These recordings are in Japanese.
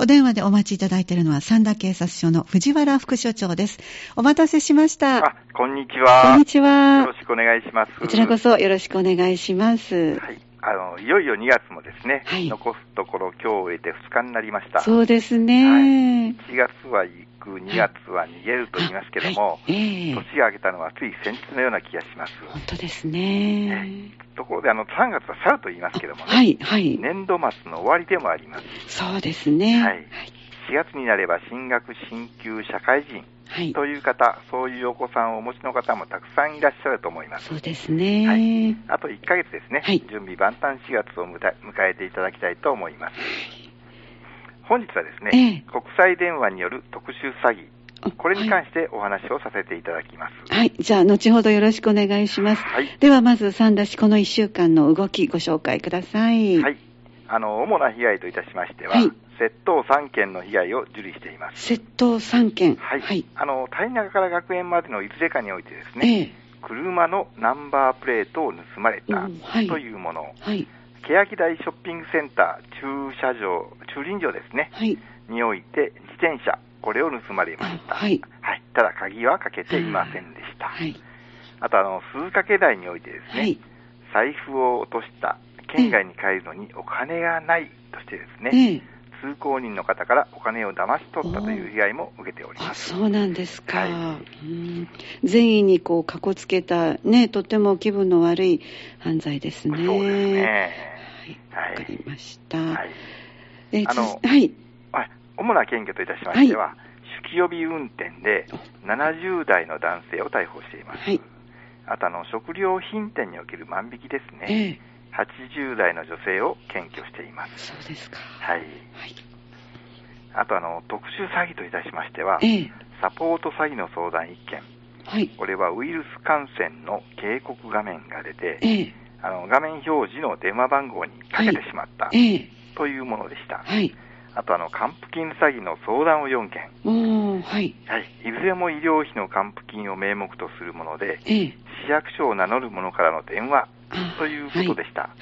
お電話でお待ちいただいているのは三田警察署の藤原副署長です。お待たせしました。 こんにちは。 こんにちは。 よろしくお願いします。 こちらこそよろしくお願いします。 はい。いよいよ2月もですね、はい、残すところ今日を終えて2日になりました。 そうですね。 はい、1月は行く、2月は逃げると言いますけども、年が明けたのはつい先日のような気がします。 本当ですね。 ところで3月は去ると言いますけどもね、 はいはい、 年度末の終わりでもあります。 そうですね。 はい、4月になれば新学新旧社会人、はい、という方、そういうお子さんをお持ちの方もたくさんいらっしゃると思います。 そうですね。 はい、あと1ヶ月ですね、 はい、 準備万端4月を迎えていただきたいと思います。本日はですね、国際電話による特殊詐欺、これに関してお話をさせていただきます。 はい、じゃあ後ほどよろしくお願いします。はい、ではまず三田市この1週間の動きご紹介ください。 はい、主な被害といたしましては、はい、窃盗3件の被害を受理しています。 窃盗3件。 はい。はい、谷中から学園までのいずれかにおいてですね、車のナンバープレートを盗まれたというもの、はい、欅台ショッピングセンター駐輪場ですね、はい、において自転車、これを盗まれました。はい。はい、ただ鍵はかけていませんでした。はい。あと鈴掛台においてですね、はい、財布を落とした、県外に帰るのにお金がないとしてですね、通行人の方からお金を騙し取ったという被害も受けております。 そうなんですか。はい、善意にかこつけたね、とても気分の悪い犯罪ですね。 そうですね。 はい。わかりました。はい。 はい。主な検挙といたしましては、はい、酒気帯び運転で70代の男性を逮捕しています。はい、あと食料品店における万引きですね。80代の女性を検挙しています。 そうですか。 はい。はい、あと特殊詐欺といたしましては、サポート詐欺の相談1件。はい。これはウイルス感染の警告画面が出て、画面表示の電話番号にかけてしまった、というものでした。はい。あと還付金詐欺の相談を4件。はい。はい。いずれも医療費の還付金を名目とするもので、市役所を名乗る者からの電話ということでした。はい、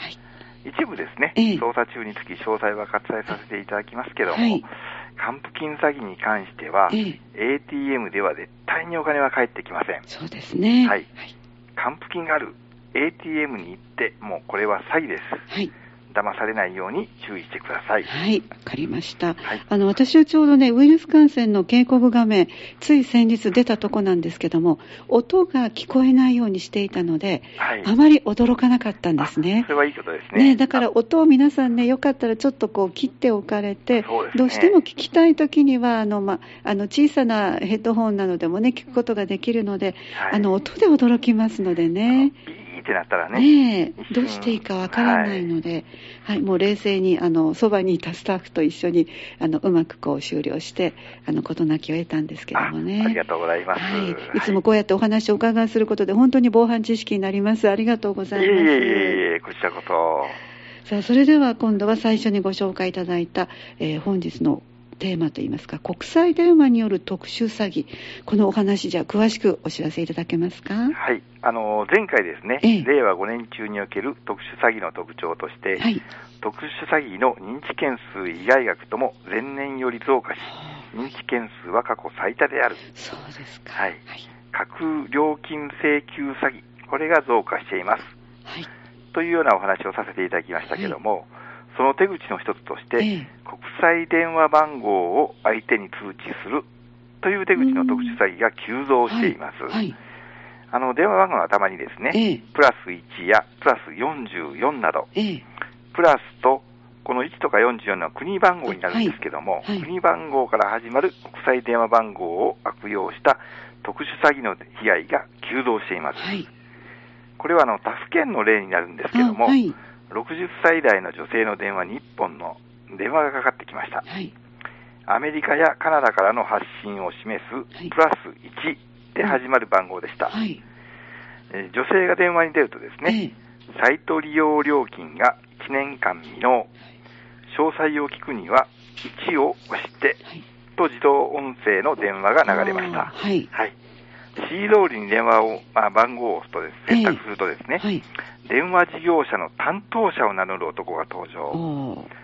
一部ですね、捜査中につき詳細は割愛させていただきますけども、還付金詐欺に関しては、ATM では絶対にお金は返ってきません。 そうですね。はい。 還付金がある ATM に行って、もうこれは詐欺です。はい。騙されないように注意してください。 はい、わかりました。はい、私はちょうどね、ウイルス感染の警告画面、つい先日出たとこなんですけども、音が聞こえないようにしていたので、はい、あまり驚かなかったんですね。 それはいいことですね。 だから音を皆さんね、よかったらちょっと切っておかれて、どうしても聞きたいときには、小さなヘッドホンなどでもね、聞くことができるので、はい、音で驚きますのでね。 ってなったらね、 どうしていいかわからないので、はい、もう冷静にそばにいたスタッフと一緒にうまく終了して事なきを得たんですけどもね。 ありがとうございます。 はい、いつもこうやってお話をお伺いすることで本当に防犯知識になります。ありがとうございます。 いえこちらこそ。 さあ、それでは今度は最初にご紹介いただいた、本日のテーマといいますか、国際電話による特殊詐欺、このお話じゃ詳しくお知らせいただけますか。 はい、前回ですね、令和5年中における特殊詐欺の特徴として、はい、特殊詐欺の認知件数被害額とも前年より増加し、認知件数は過去最多である。 そうですか。 はい。架空料金請求詐欺、これが増加しています。はい。というようなお話をさせていただきましたけども、はい、その手口の一つとして、国際電話番号を相手に通知するという手口の特殊詐欺が急増しています。はい。電話番号の頭にですね、プラス1やプラス44など、プラスとこの1とか44の国番号になるんですけども、国番号から始まる国際電話番号を悪用した特殊詐欺の被害が急増しています。はい、これは他府県の例になるんですけども、60歳代の女性の電話に1本の電話がかかってきました。はい、アメリカやカナダからの発信を示すプラス1で始まる番号でした。はい、女性が電話に出るとですね、サイト利用料金が1年間未納、詳細を聞くには1を押してと自動音声の電話が流れました。はい。はい。指示通りに電話を、番号を押すと選択するとですね、電話事業者の担当者を名乗る男が登場。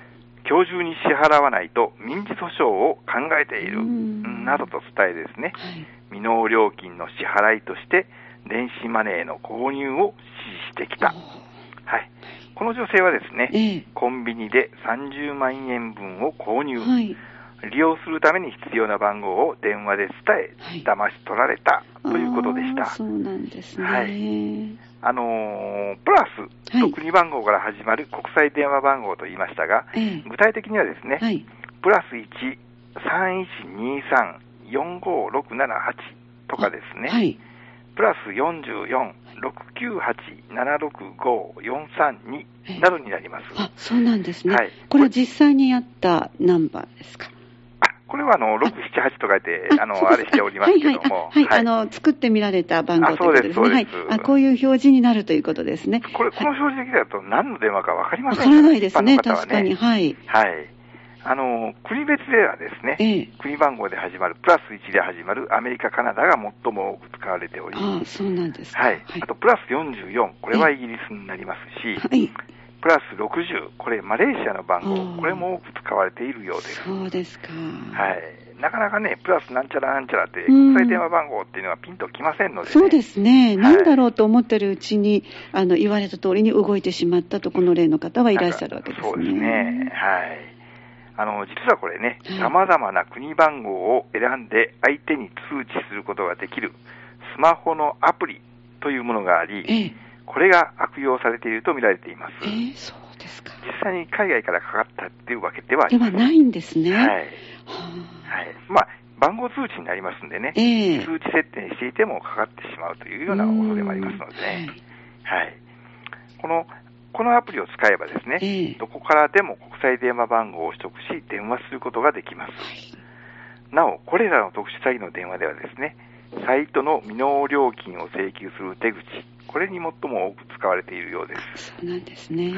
今日中に支払わないと民事訴訟を考えているなどと伝えですね、未納料金の支払いとして電子マネーの購入を指示してきた。はい、この女性はですね、コンビニで30万円分を購入、利用するために必要な番号を電話で伝え、騙し取られたということでした。 そうなんですね。 はい、プラスと国番号から始まる国際電話番号と言いましたが、具体的にはですね、プラス1-3123-45678とかですね、プラス44-698-765-432などになります。 そうなんですね。これは実際にあったナンバーですか？ これは678と書いてあれしておりますけども、 作ってみられた番号ということですね。こういう表示になるということですね。 この表示だけだと何の電話か分かりません。 分からないですね。確かに。 国別ではですね、国番号で始まるプラス1で始まるアメリカ、カナダが最も多く使われており、 そうなんですか。 あとプラス44、これはイギリスになりますし、プラス60、これマレーシアの番号、これも多く使われているようです。 そうですか。 なかなかね、プラスなんちゃらなんちゃらって国際電話番号っていうのはピンときませんので、 そうですね。なんだろうと思ってるうちに言われた通りに動いてしまったと、この例の方はいらっしゃるわけですね。 そうですね。実はこれね、様々な国番号を選んで相手に通知することができるスマホのアプリというものがあり、これが悪用されていると見られています。 そうですか。 実際に海外からかかったっていうわけではないんですね。 番号通知になりますんでね、通知設定していてもかかってしまうというような恐れもありますのでね。このアプリを使えばですね、どこからでも国際電話番号を取得し電話することができます。なお、これらの特殊詐欺の電話ではですね、サイトの未納料金を請求する手口、これに最も多く使われているようです。 そうなんですね。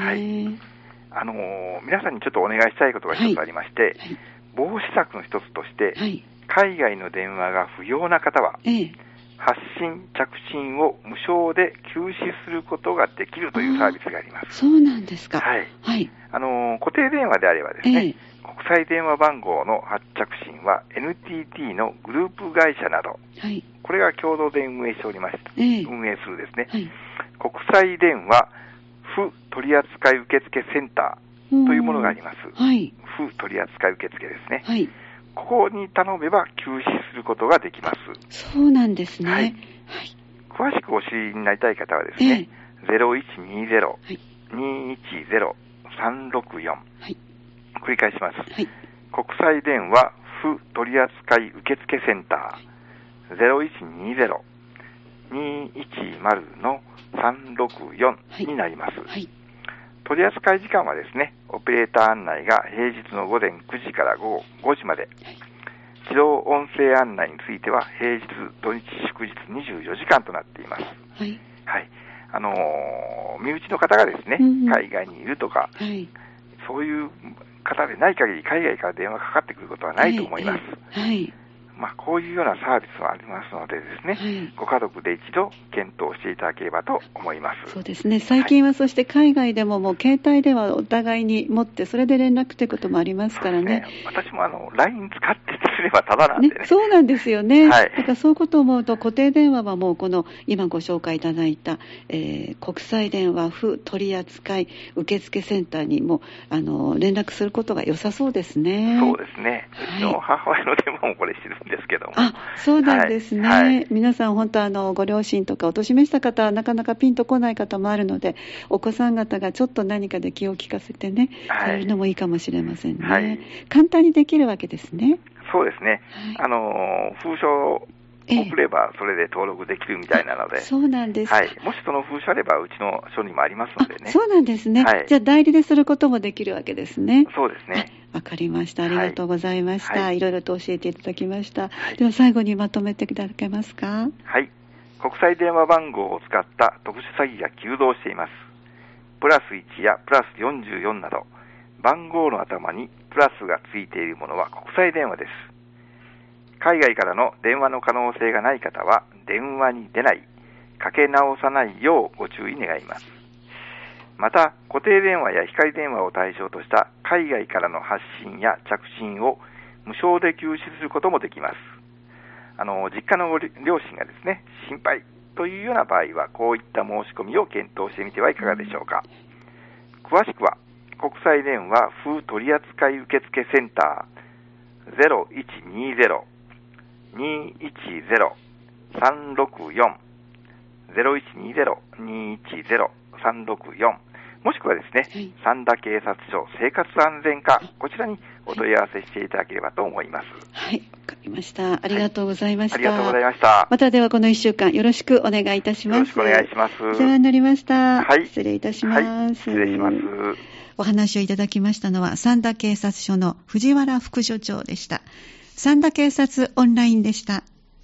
皆さんにちょっとお願いしたいことが一つありまして、防止策の一つとして、海外の電話が不要な方は、発信・着信を無償で休止することができるというサービスがあります。 そうなんですか。 固定電話であればですね、国際電話番号の発着信は NTT のグループ会社など、これが共同で運営しておりまして、運営するですね、国際電話不取扱受付センターというものがあります。不取扱受付ですね。ここに頼めば休止することができます。 そうなんですね。 詳しくお知りになりたい方はですね、0120-210-364、繰り返します。国際電話不取扱受付センター 0120-210-364 になります。取扱時間はですね、オペレーター案内が平日の午前9時から午後5時まで、自動音声案内については平日、土日、祝日24時間となっています。身内の方がですね、海外にいるとか、そういう方でない限り海外から電話かかってくることはないと思います。こういうようなサービスはありますのでですね、ご家族で一度検討していただければと思います。 そうですね。最近はそして海外でももう携帯電話をお互いに持ってそれで連絡ということもありますからね。 私もLINE 使ってすればただなんでね。 そうなんですよね。だからそういうことを思うと固定電話はもうこの今ご紹介いただいた、国際電話不取扱受付センターにも連絡することが良さそうですね。 そうですね。うちの母親の電話もこれしてるんですけども。 そうなんですね。皆さん本当ご両親とかお年めした方はなかなかピンとこない方もあるので、お子さん方がちょっと何かで気を利かせてね、そういうのもいいかもしれませんね。簡単にできるわけですね。 そうですね。封書を送ればそれで登録できるみたいなので。 そうなんです。 もしその封書あればうちの署にもありますのでね。 そうなんですね。じゃあ代理ですることもできるわけですね。 そうですね。 わかりました。ありがとうございました。いろいろと教えていただきました。では最後にまとめていただけますか？ 国際電話番号を使った特殊詐欺が急増しています。プラス1やプラス44など、番号の頭にプラスがついているものは国際電話です。海外からの電話の可能性がない方は、電話に出ない、かけ直さないようご注意願います。 また、固定電話や光電話を対象とした海外からの発信や着信を無償で休止することもできます。実家の両親がですね、心配というような場合は、こういった申し込みを検討してみてはいかがでしょうか。詳しくは、国際電話風取扱受付センター 0120-210-364 0120-210-364 もしくはですね、三田警察署生活安全課、こちらにお問い合わせしていただければと思います。 はい、わかりました。ありがとうございました。 ありがとうございました。 またではこの1週間よろしくお願いいたします。 よろしくお願いします。 お世話になりました。 はい。 失礼いたします。 はい、失礼します。 お話をいただきましたのは三田警察署の藤原副署長でした。三田警察オンラインでした。